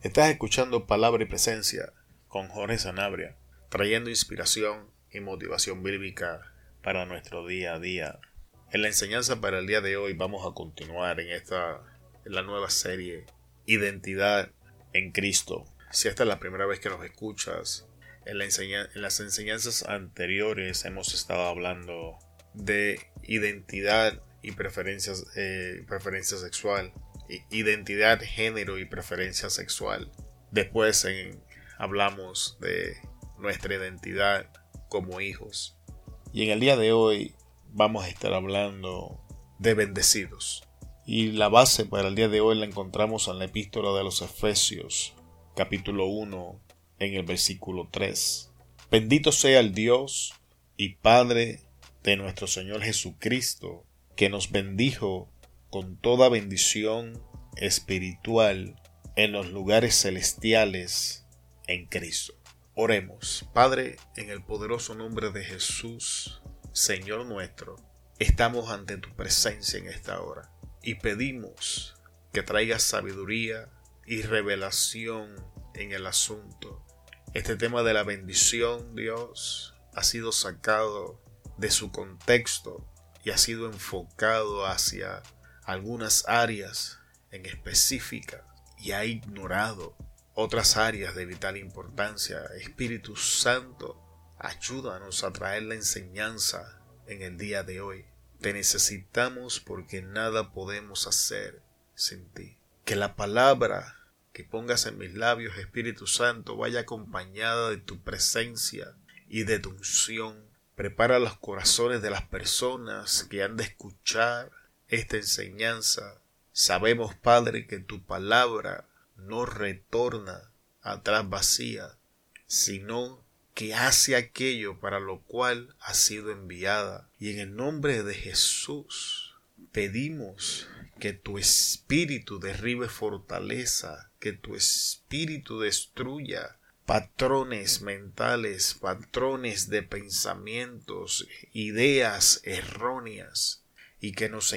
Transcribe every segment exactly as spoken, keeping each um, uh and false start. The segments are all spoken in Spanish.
Estás escuchando Palabra y Presencia con Jorge Sanabria, trayendo inspiración y motivación bíblica para nuestro día a día. En la enseñanza para el día de hoy vamos a continuar en esta, en la nueva serie Identidad en Cristo. Si esta es la primera vez que nos escuchas, en, la enseña, en las enseñanzas anteriores hemos estado hablando de identidad y preferencias, eh, preferencia sexual. Identidad, género y preferencia sexual. Después en, hablamos de nuestra identidad como hijos. Y en el día de hoy vamos a estar hablando de bendecidos. Y la base para el día de hoy la encontramos en la epístola de los Efesios, capítulo uno, en el versículo tres. Bendito sea el Dios y Padre de nuestro Señor Jesucristo, que nos bendijo con toda bendición espiritual en los lugares celestiales en Cristo. Oremos. Padre, en el poderoso nombre de Jesús, Señor nuestro, estamos ante tu presencia en esta hora y pedimos que traigas sabiduría y revelación en el asunto. Este tema de la bendición, Dios, ha sido sacado de su contexto y ha sido enfocado hacia algunas áreas en específica y ha ignorado otras áreas de vital importancia. Espíritu Santo, ayúdanos a traer la enseñanza en el día de hoy. Te necesitamos porque nada podemos hacer sin ti. Que la palabra que pongas en mis labios, Espíritu Santo, vaya acompañada de tu presencia y de tu unción. Prepara los corazones de las personas que han de escuchar esta enseñanza. Sabemos, Padre, que tu palabra no retorna atrás vacía, sino que hace aquello para lo cual ha sido enviada. Y en el nombre de Jesús pedimos que tu espíritu derribe fortaleza, que tu espíritu destruya patrones mentales, patrones de pensamientos, ideas erróneas, y que nos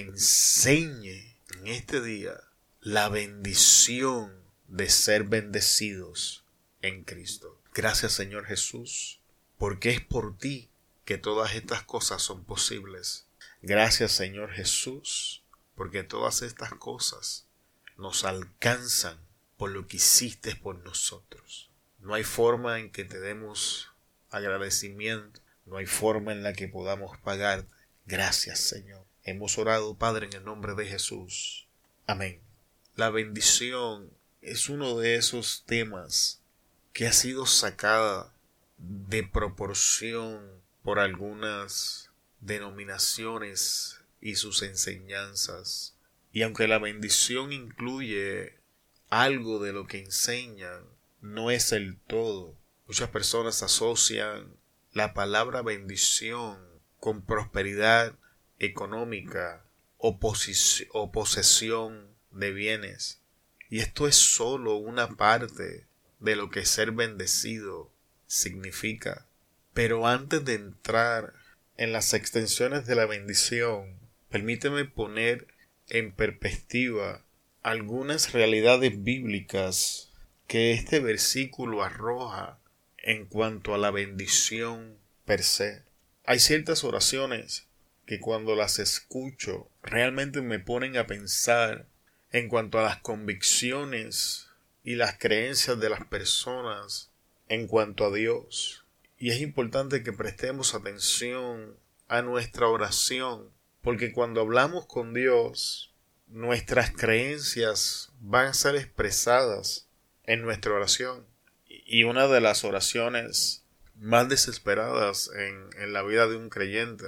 enseñe en este día la bendición de ser bendecidos en Cristo. Gracias, Señor Jesús, porque es por ti que todas estas cosas son posibles. Gracias, Señor Jesús, porque todas estas cosas nos alcanzan por lo que hiciste por nosotros. No hay forma en que te demos agradecimiento, no hay forma en la que podamos pagarte. Gracias, Señor. Hemos orado, Padre, en el nombre de Jesús. Amén. La bendición es uno de esos temas que ha sido sacada de proporción por algunas denominaciones y sus enseñanzas. Y aunque la bendición incluye algo de lo que enseñan, no es el todo. Muchas personas asocian la palabra bendición con prosperidad económica o, posi- o posesión de bienes. Y esto es solo una parte de lo que ser bendecido significa. Pero antes de entrar en las extensiones de la bendición, permíteme poner en perspectiva algunas realidades bíblicas que este versículo arroja en cuanto a la bendición per se. Hay ciertas oraciones que cuando las escucho realmente me ponen a pensar en cuanto a las convicciones y las creencias de las personas en cuanto a Dios. Y es importante que prestemos atención a nuestra oración, porque cuando hablamos con Dios, nuestras creencias van a ser expresadas en nuestra oración. Y una de las oraciones más desesperadas en, en la vida de un creyente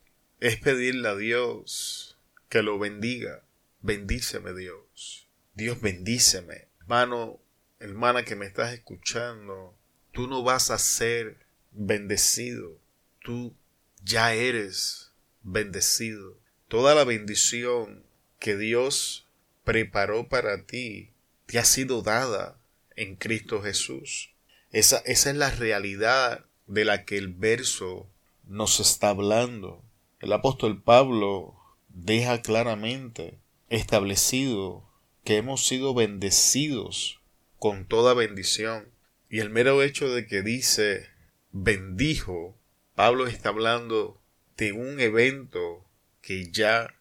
es pedirle a Dios que lo bendiga. Bendíceme, Dios. Dios, bendíceme. Hermano, hermana que me estás escuchando, tú no vas a ser bendecido. Tú ya eres bendecido. Toda la bendición que Dios preparó para ti te ha sido dada en Cristo Jesús. Esa, esa es la realidad de la que el verso nos está hablando. El apóstol Pablo deja claramente establecido que hemos sido bendecidos con toda bendición. Y el mero hecho de que dice bendijo, Pablo está hablando de un evento que ya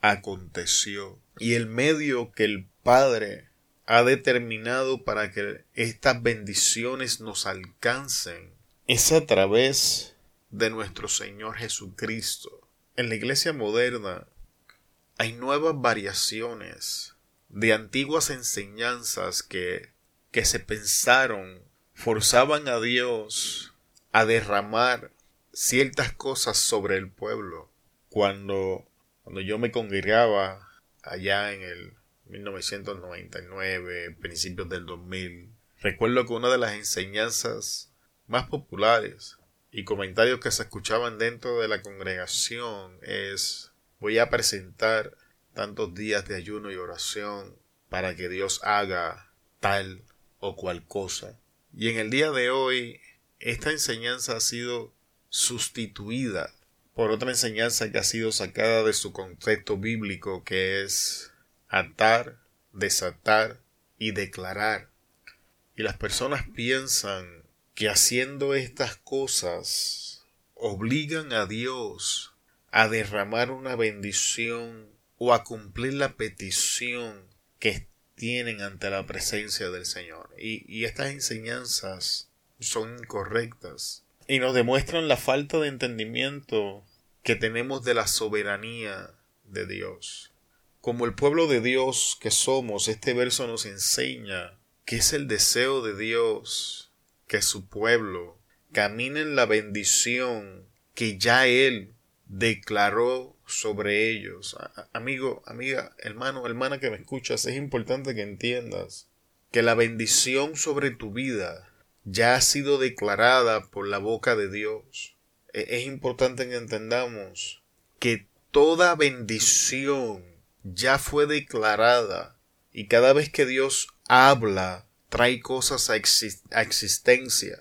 aconteció. Y el medio que el Padre ha determinado para que estas bendiciones nos alcancen es a través de nuestro Señor Jesucristo. En la iglesia moderna hay nuevas variaciones de antiguas enseñanzas que, que se pensaron, forzaban a Dios a derramar ciertas cosas sobre el pueblo. Cuando, cuando yo me congregaba allá en el mil novecientos noventa y nueve, principios del dos mil, recuerdo que una de las enseñanzas más populares y comentarios que se escuchaban dentro de la congregación es: voy a presentar tantos días de ayuno y oración para que Dios haga tal o cual cosa. Y en el día de hoy, esta enseñanza ha sido sustituida por otra enseñanza que ha sido sacada de su contexto bíblico, que es atar, desatar y declarar. Y las personas piensan que haciendo estas cosas obligan a Dios a derramar una bendición o a cumplir la petición que tienen ante la presencia del Señor. Y, y estas enseñanzas son incorrectas y nos demuestran la falta de entendimiento que tenemos de la soberanía de Dios. Como el pueblo de Dios que somos, este verso nos enseña que es el deseo de Dios que su pueblo camine en la bendición que ya Él declaró sobre ellos. Amigo, amiga, hermano, hermana que me escuchas, es importante que entiendas que la bendición sobre tu vida ya ha sido declarada por la boca de Dios. Es importante que entendamos que toda bendición ya fue declarada, y cada vez que Dios habla, trae cosas a, exist- a existencia.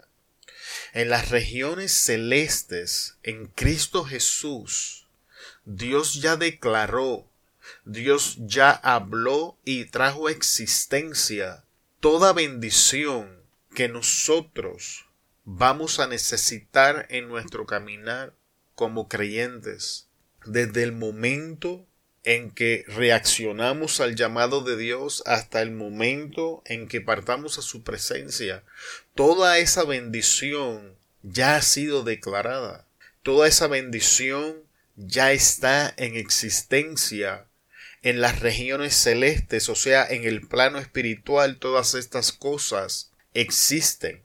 En las regiones celestes, en Cristo Jesús, Dios ya declaró, Dios ya habló y trajo a existencia toda bendición que nosotros vamos a necesitar en nuestro caminar como creyentes. Desde el momento en que reaccionamos al llamado de Dios hasta el momento en que partamos a su presencia, toda esa bendición ya ha sido declarada. Toda esa bendición ya está en existencia en las regiones celestes, o sea, en el plano espiritual. Todas estas cosas existen.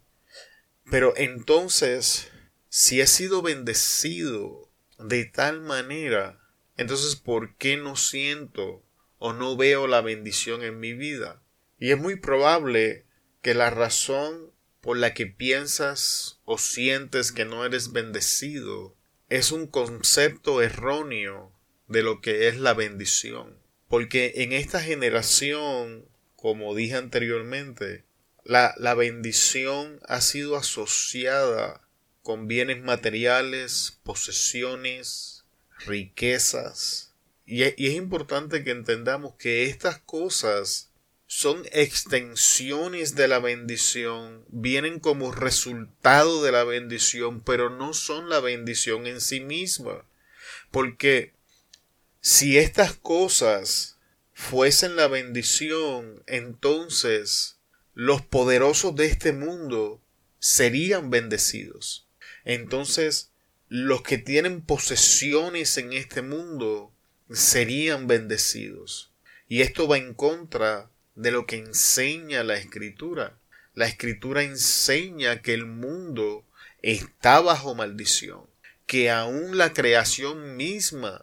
Pero entonces, si he sido bendecido de tal manera, entonces, ¿por qué no siento o no veo la bendición en mi vida? Y es muy probable que la razón por la que piensas o sientes que no eres bendecido es un concepto erróneo de lo que es la bendición. Porque en esta generación, como dije anteriormente, la, la bendición ha sido asociada con bienes materiales, posesiones, riquezas. Y es, y es importante que entendamos que estas cosas son extensiones de la bendición, vienen como resultado de la bendición, pero no son la bendición en sí misma. Porque si estas cosas fuesen la bendición, entonces los poderosos de este mundo serían bendecidos. Entonces, los que tienen posesiones en este mundo serían bendecidos. Y esto va en contra de lo que enseña la Escritura. La Escritura enseña que el mundo está bajo maldición, que aún la creación misma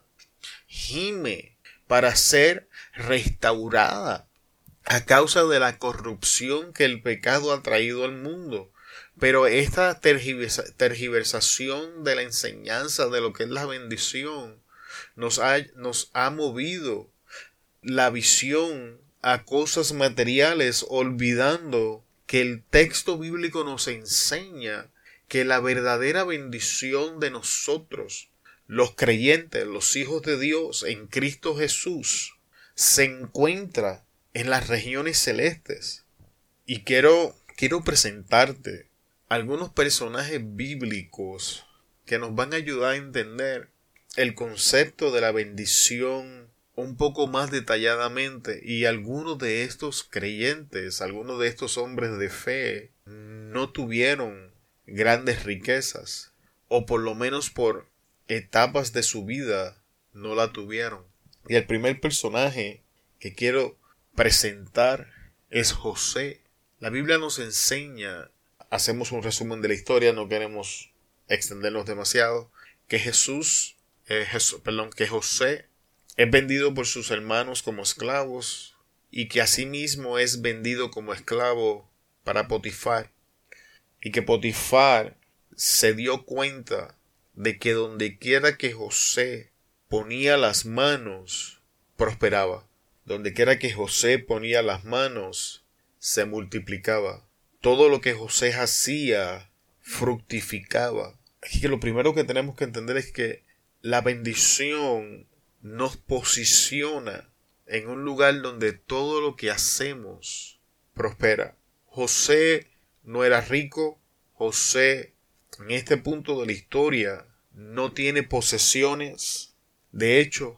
gime para ser restaurada a causa de la corrupción que el pecado ha traído al mundo. Pero esta tergiversa, tergiversación de la enseñanza de lo que es la bendición nos ha, nos ha movido la visión a cosas materiales, olvidando que el texto bíblico nos enseña que la verdadera bendición de nosotros, los creyentes, los hijos de Dios en Cristo Jesús, se encuentra en las regiones celestes. Y quiero, quiero presentarte algunos personajes bíblicos que nos van a ayudar a entender el concepto de la bendición un poco más detalladamente. Y algunos de estos creyentes, algunos de estos hombres de fe, no tuvieron grandes riquezas, o por lo menos por etapas de su vida no la tuvieron. Y el primer personaje que quiero presentar es José. La Biblia nos enseña, hacemos un resumen de la historia, no queremos extendernos demasiado, que Jesús, eh, Jesús perdón, que José es vendido por sus hermanos como esclavos y que asimismo es vendido como esclavo para Potifar, y que Potifar se dio cuenta de que donde quiera que José ponía las manos, prosperaba. Donde quiera que José ponía las manos, se multiplicaba. Todo lo que José hacía, fructificaba. Así que lo primero que tenemos que entender es que la bendición nos posiciona en un lugar donde todo lo que hacemos prospera. José no era rico. José, en este punto de la historia, no tiene posesiones. De hecho,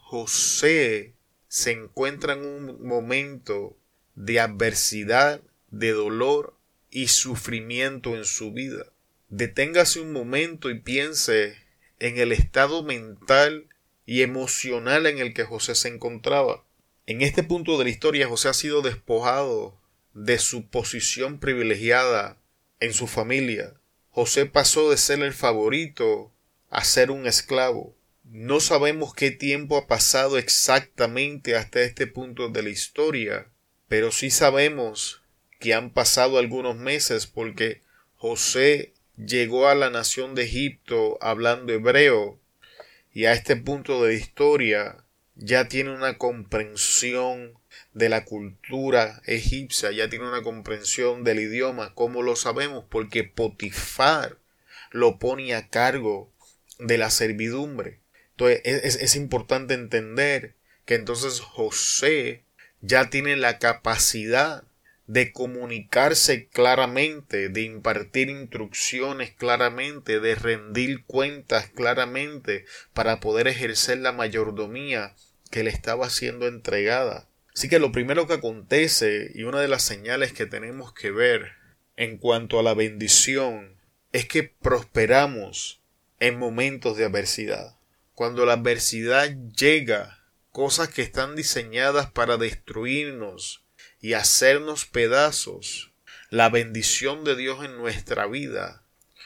José se encuentra en un momento de adversidad, de dolor y sufrimiento en su vida. Deténgase un momento y piense en el estado mental y emocional en el que José se encontraba. En este punto de la historia, José ha sido despojado de su posición privilegiada en su familia. José pasó de ser el favorito a ser un esclavo. No sabemos qué tiempo ha pasado exactamente hasta este punto de la historia, pero sí sabemos que han pasado algunos meses porque José llegó a la nación de Egipto hablando hebreo, y a este punto de la historia ya tiene una comprensión de la cultura egipcia, ya tiene una comprensión del idioma. ¿Cómo lo sabemos? Porque Potifar lo pone a cargo de la servidumbre. Entonces es, es importante entender que entonces José ya tiene la capacidad de comunicarse claramente, de impartir instrucciones claramente, de rendir cuentas claramente para poder ejercer la mayordomía que le estaba siendo entregada. Así que lo primero que acontece, y una de las señales que tenemos que ver en cuanto a la bendición, es que prosperamos en momentos de adversidad. Cuando la adversidad llega, cosas que están diseñadas para destruirnos y hacernos pedazos, la bendición de Dios en nuestra vida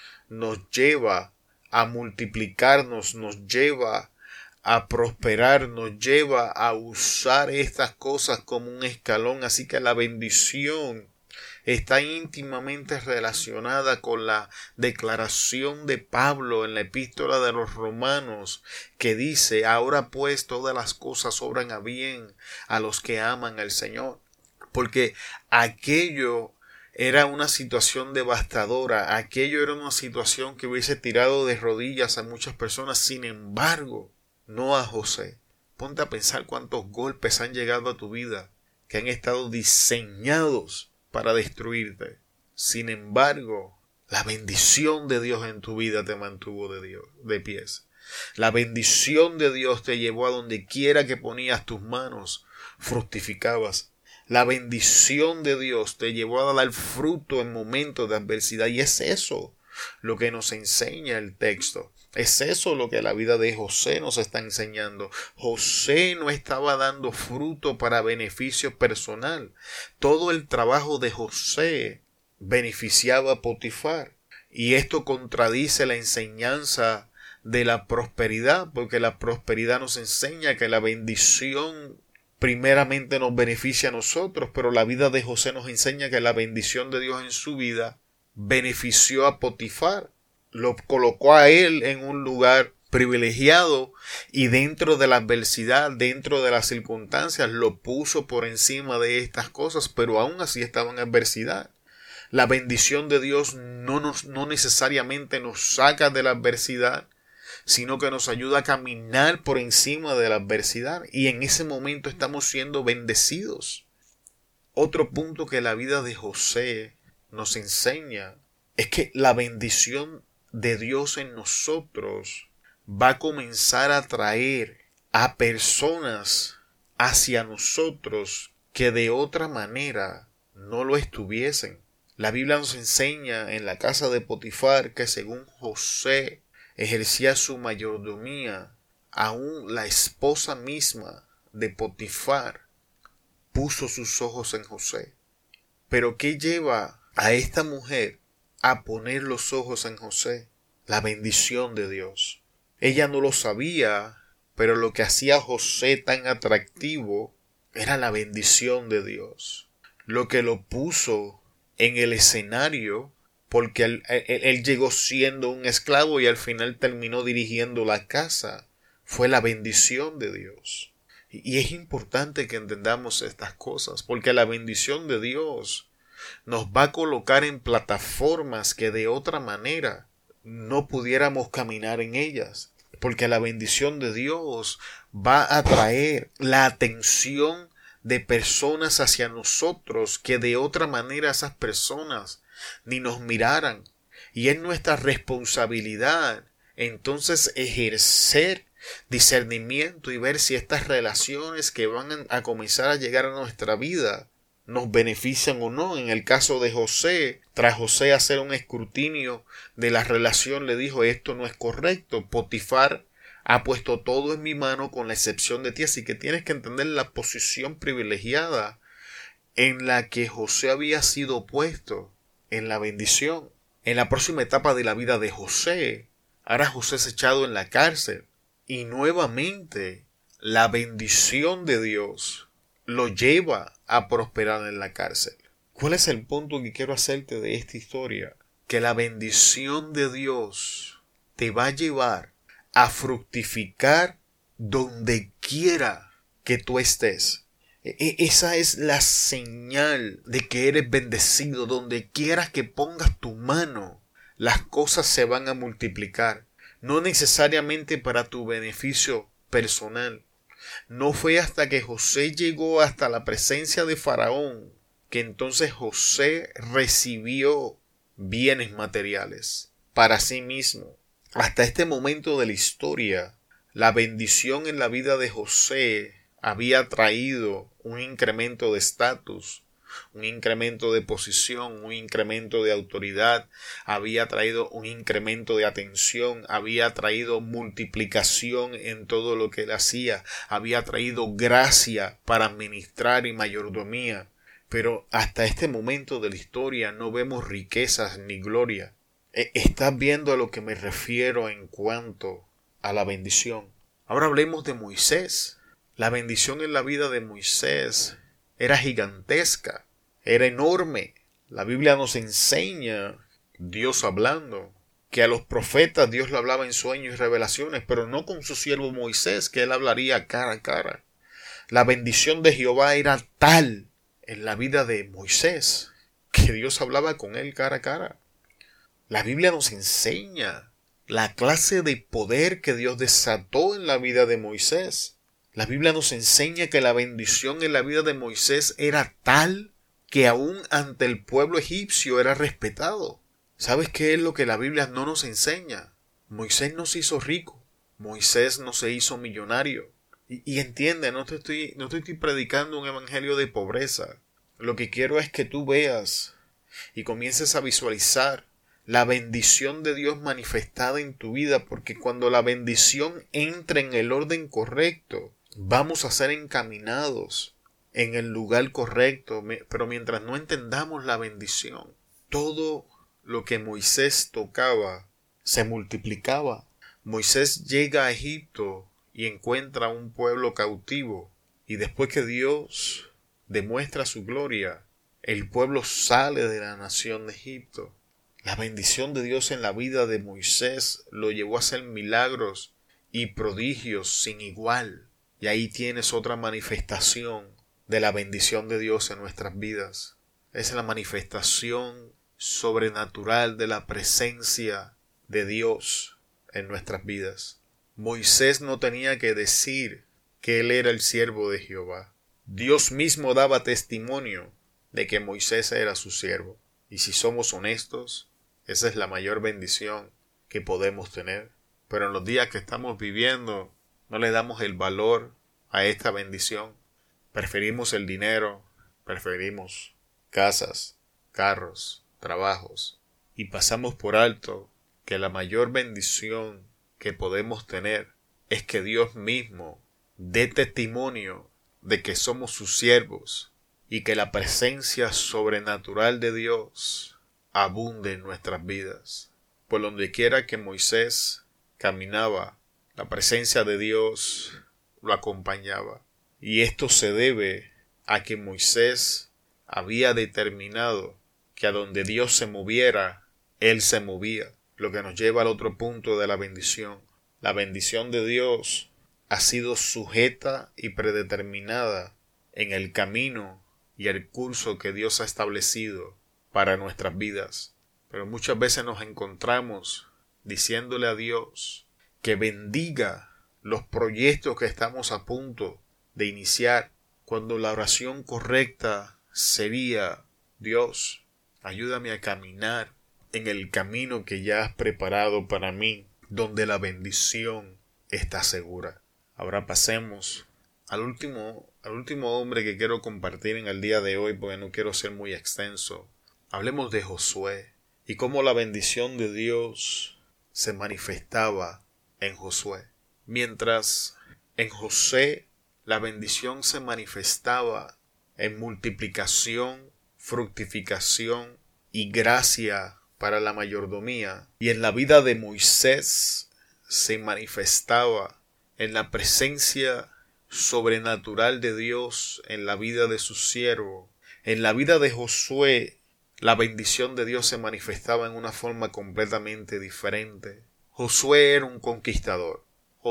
nos lleva a multiplicarnos, nos lleva a prosperar, nos lleva a usar estas cosas como un escalón. Así que la bendición está íntimamente relacionada con la declaración de Pablo en la epístola de los Romanos, que dice: ahora pues todas las cosas obran a bien a los que aman al Señor. Porque aquello era una situación devastadora, aquello era una situación que hubiese tirado de rodillas a muchas personas. Sin embargo, no a José. Ponte a pensar cuántos golpes han llegado a tu vida que han estado diseñados para destruirte. Sin embargo, la bendición de Dios en tu vida te mantuvo de Dios, de pies. La bendición de Dios te llevó a donde quiera que ponías tus manos, fructificabas. La bendición de Dios te llevó a dar fruto en momentos de adversidad. Y es eso lo que nos enseña el texto. Es eso lo que la vida de José nos está enseñando. José no estaba dando fruto para beneficio personal. Todo el trabajo de José beneficiaba a Potifar. Y esto contradice la enseñanza de la prosperidad, porque la prosperidad nos enseña que la bendición primeramente nos beneficia a nosotros, pero la vida de José nos enseña que la bendición de Dios en su vida benefició a Potifar. Lo colocó a él en un lugar privilegiado y dentro de la adversidad, dentro de las circunstancias, lo puso por encima de estas cosas, pero aún así estaba en adversidad. La bendición de Dios no, nos, no necesariamente nos saca de la adversidad, sino que nos ayuda a caminar por encima de la adversidad, y en ese momento estamos siendo bendecidos. Otro punto que la vida de José nos enseña es que la bendición de Dios en nosotros va a comenzar a atraer a personas hacia nosotros que de otra manera no lo estuviesen. La Biblia nos enseña en la casa de Potifar que según José ejercía su mayordomía, aún la esposa misma de Potifar puso sus ojos en José. Pero ¿qué lleva a esta mujer a poner los ojos en José? La bendición de Dios. Ella no lo sabía, pero lo que hacía a José tan atractivo era la bendición de Dios. Lo que lo puso en el escenario, porque él, él, él llegó siendo un esclavo y al final terminó dirigiendo la casa, fue la bendición de Dios. Y es importante que entendamos estas cosas, porque la bendición de Dios nos va a colocar en plataformas que de otra manera no pudiéramos caminar en ellas, porque la bendición de Dios va a atraer la atención de personas hacia nosotros que de otra manera esas personas ni nos miraran. Y es nuestra responsabilidad entonces ejercer discernimiento y ver si estas relaciones que van a comenzar a llegar a nuestra vida nos benefician o no. En el caso de José, tras José hacer un escrutinio de la relación, le dijo: esto no es correcto, Potifar ha puesto todo en mi mano con la excepción de ti. Así que tienes que entender la posición privilegiada en la que José había sido puesto en la bendición. En la próxima etapa de la vida de José, ahora José es echado en la cárcel y nuevamente la bendición de Dios lo lleva a prosperar en la cárcel. ¿Cuál es el punto que quiero hacerte de esta historia? Que la bendición de Dios te va a llevar a fructificar donde quiera que tú estés. E- esa es la señal de que eres bendecido. Donde quieras que pongas tu mano, las cosas se van a multiplicar. No necesariamente para tu beneficio personal. No fue hasta que José llegó hasta la presencia de Faraón que entonces José recibió bienes materiales para sí mismo. Hasta este momento de la historia, la bendición en la vida de José había traído un incremento de estatus, un incremento de posición, un incremento de autoridad, había traído un incremento de atención, había traído multiplicación en todo lo que él hacía, había traído gracia para administrar y mayordomía. Pero hasta este momento de la historia no vemos riquezas ni gloria. ¿Estás viendo a lo que me refiero en cuanto a la bendición? Ahora hablemos de Moisés. La bendición en la vida de Moisés era gigantesca, era enorme. La Biblia nos enseña, Dios hablando, que a los profetas Dios le hablaba en sueños y revelaciones, pero no con su siervo Moisés, que él hablaría cara a cara. La bendición de Jehová era tal en la vida de Moisés que Dios hablaba con él cara a cara. La Biblia nos enseña la clase de poder que Dios desató en la vida de Moisés. La Biblia nos enseña que la bendición en la vida de Moisés era tal que aún ante el pueblo egipcio era respetado. ¿Sabes qué es lo que la Biblia no nos enseña? Moisés no se hizo rico. Moisés no se hizo millonario. Y, y entiende, no te estoy, no te estoy predicando un evangelio de pobreza. Lo que quiero es que tú veas y comiences a visualizar la bendición de Dios manifestada en tu vida, porque cuando la bendición entra en el orden correcto, vamos a ser encaminados en el lugar correcto. Pero mientras no entendamos la bendición, todo lo que Moisés tocaba se multiplicaba. Moisés llega a Egipto y encuentra un pueblo cautivo, y después que Dios demuestra su gloria, el pueblo sale de la nación de Egipto. La bendición de Dios en la vida de Moisés lo llevó a hacer milagros y prodigios sin igual. Y ahí tienes otra manifestación de la bendición de Dios en nuestras vidas. Es la manifestación sobrenatural de la presencia de Dios en nuestras vidas. Moisés no tenía que decir que él era el siervo de Jehová. Dios mismo daba testimonio de que Moisés era su siervo. Y si somos honestos, esa es la mayor bendición que podemos tener. Pero en los días que estamos viviendo, no le damos el valor a esta bendición. Preferimos el dinero, preferimos casas, carros, trabajos, y pasamos por alto que la mayor bendición que podemos tener es que Dios mismo dé testimonio de que somos sus siervos y que la presencia sobrenatural de Dios abunde en nuestras vidas. Por donde quiera que Moisés caminaba, la presencia de Dios lo acompañaba. Y esto se debe a que Moisés había determinado que a donde Dios se moviera, él se movía. Lo que nos lleva al otro punto de la bendición. La bendición de Dios ha sido sujeta y predeterminada en el camino y el curso que Dios ha establecido para nuestras vidas. Pero muchas veces nos encontramos diciéndole a Dios que bendiga los proyectos que estamos a punto de iniciar, cuando la oración correcta sería: Dios, ayúdame a caminar en el camino que ya has preparado para mí, donde la bendición está segura. Ahora pasemos al último, al último hombre que quiero compartir en el día de hoy, porque no quiero ser muy extenso. Hablemos de Josué y cómo la bendición de Dios se manifestaba en Josué. Mientras en José la bendición se manifestaba en multiplicación, fructificación y gracia para la mayordomía, y en la vida de Moisés se manifestaba en la presencia sobrenatural de Dios en la vida de su siervo. En la vida de Josué, la bendición de Dios se manifestaba en una forma completamente diferente. Josué era un conquistador.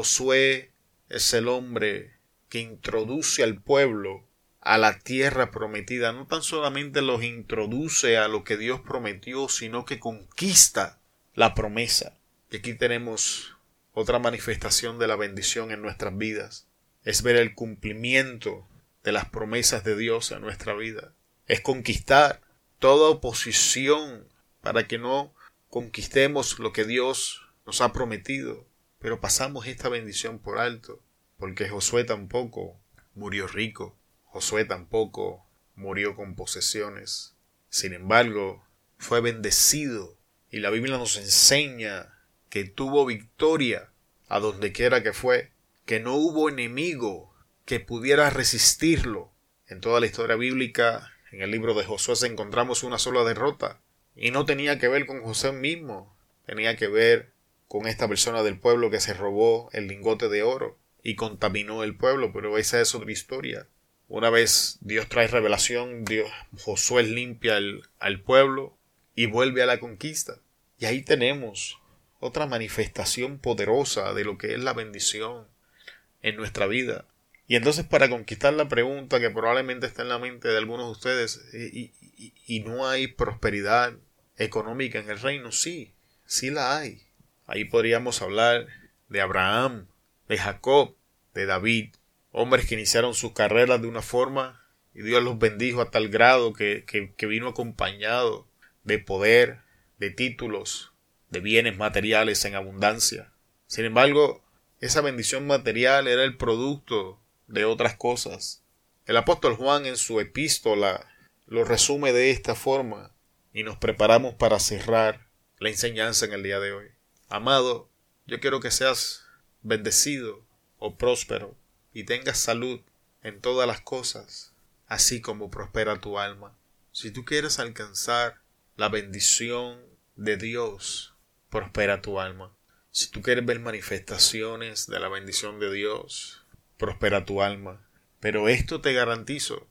Josué es el hombre que introduce al pueblo a la tierra prometida. No tan solamente los introduce a lo que Dios prometió, sino que conquista la promesa. Y aquí tenemos otra manifestación de la bendición en nuestras vidas. Es ver el cumplimiento de las promesas de Dios en nuestra vida. Es conquistar toda oposición para que no conquistemos lo que Dios nos ha prometido. Pero pasamos esta bendición por alto, porque Josué tampoco murió rico. Josué tampoco murió con posesiones. Sin embargo, fue bendecido, y la Biblia nos enseña que tuvo victoria a donde quiera que fue, que no hubo enemigo que pudiera resistirlo. En toda la historia bíblica, en el libro de Josué, encontramos una sola derrota, y no tenía que ver con Josué mismo, tenía que ver con esta persona del pueblo que se robó el lingote de oro y contaminó el pueblo, pero esa es otra historia. Una vez Dios trae revelación, Dios, Josué limpia el, al pueblo y vuelve a la conquista. Y ahí tenemos otra manifestación poderosa de lo que es la bendición en nuestra vida. Y entonces, para conquistar la pregunta que probablemente está en la mente de algunos de ustedes, ¿y, y, y no hay prosperidad económica en el reino? Sí, sí la hay. Ahí podríamos hablar de Abraham, de Jacob, de David, hombres que iniciaron sus carreras de una forma y Dios los bendijo a tal grado que, que, que vino acompañado de poder, de títulos, de bienes materiales en abundancia. Sin embargo, esa bendición material era el producto de otras cosas. El apóstol Juan en su epístola lo resume de esta forma, y nos preparamos para cerrar la enseñanza en el día de hoy. Amado, yo quiero que seas bendecido o próspero y tengas salud en todas las cosas, así como prospera tu alma. Si tú quieres alcanzar la bendición de Dios, prospera tu alma. Si tú quieres ver manifestaciones de la bendición de Dios, prospera tu alma. Pero esto te garantizo,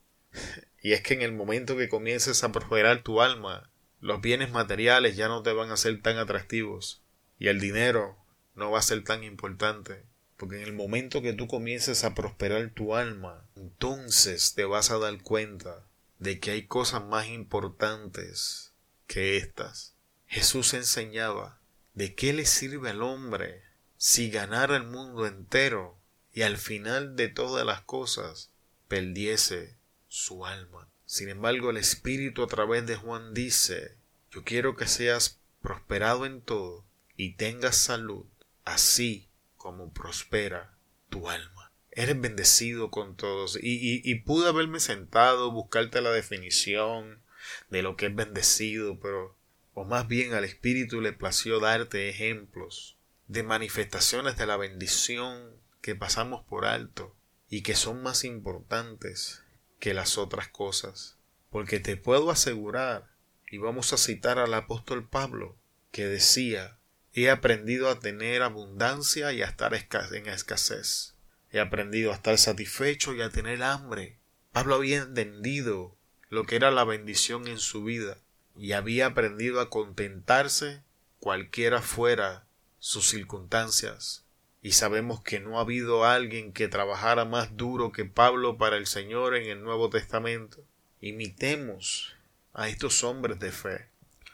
y es que en el momento que comiences a prosperar tu alma, los bienes materiales ya no te van a ser tan atractivos y el dinero no va a ser tan importante. Porque en el momento que tú comiences a prosperar tu alma, entonces te vas a dar cuenta de que hay cosas más importantes que estas. Jesús enseñaba: ¿de qué le sirve al hombre si ganara el mundo entero y al final de todas las cosas perdiese su alma? Sin embargo, el Espíritu a través de Juan dice, yo quiero que seas prosperado en todo y tengas salud, así como prospera tu alma. Eres bendecido con todos. Y, y, y pude haberme sentado, buscarte la definición de lo que es bendecido, pero, o más bien al Espíritu le plació darte ejemplos de manifestaciones de la bendición que pasamos por alto y que son más importantes que las otras cosas. Porque te puedo asegurar, y vamos a citar al apóstol Pablo, que decía, he aprendido a tener abundancia y a estar en escasez. He aprendido a estar satisfecho y a tener hambre. Pablo había entendido lo que era la bendición en su vida y había aprendido a contentarse cualquiera fuera sus circunstancias. Y sabemos que no ha habido alguien que trabajara más duro que Pablo para el Señor en el Nuevo Testamento. Imitemos a estos hombres de fe.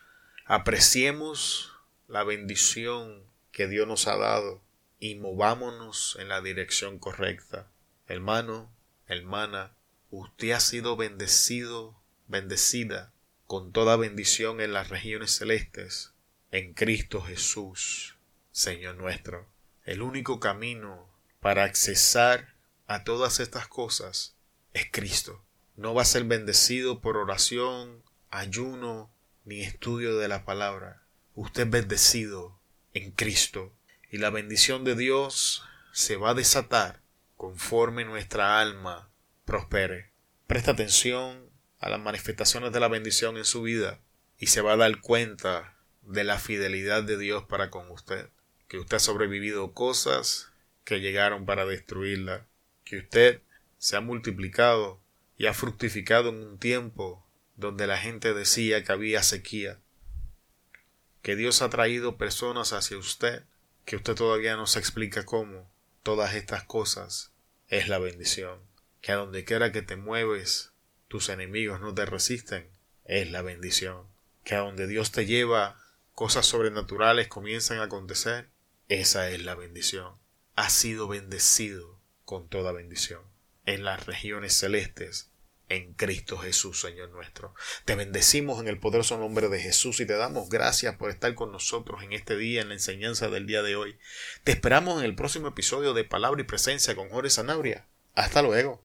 Apreciemos la bendición que Dios nos ha dado y movámonos en la dirección correcta. Hermano, hermana, usted ha sido bendecido, bendecida con toda bendición en las regiones celestes, en Cristo Jesús, Señor nuestro. El único camino para accesar a todas estas cosas es Cristo. No va a ser bendecido por oración, ayuno, ni estudio de la palabra. Usted es bendecido en Cristo. Y la bendición de Dios se va a desatar conforme nuestra alma prospere. Presta atención a las manifestaciones de la bendición en su vida y se va a dar cuenta de la fidelidad de Dios para con usted. Que usted ha sobrevivido cosas que llegaron para destruirla. Que usted se ha multiplicado y ha fructificado en un tiempo donde la gente decía que había sequía. Que Dios ha traído personas hacia usted que usted todavía no se explica cómo. Todas estas cosas es la bendición. Que a donde quiera que te mueves, tus enemigos no te resisten, es la bendición. Que a donde Dios te lleva, cosas sobrenaturales comienzan a acontecer, esa es la bendición. Has sido bendecido con toda bendición en las regiones celestes, en Cristo Jesús, Señor nuestro. Te bendecimos en el poderoso nombre de Jesús y te damos gracias por estar con nosotros en este día, en la enseñanza del día de hoy. Te esperamos en el próximo episodio de Palabra y Presencia con Jorge Sanabria. Hasta luego.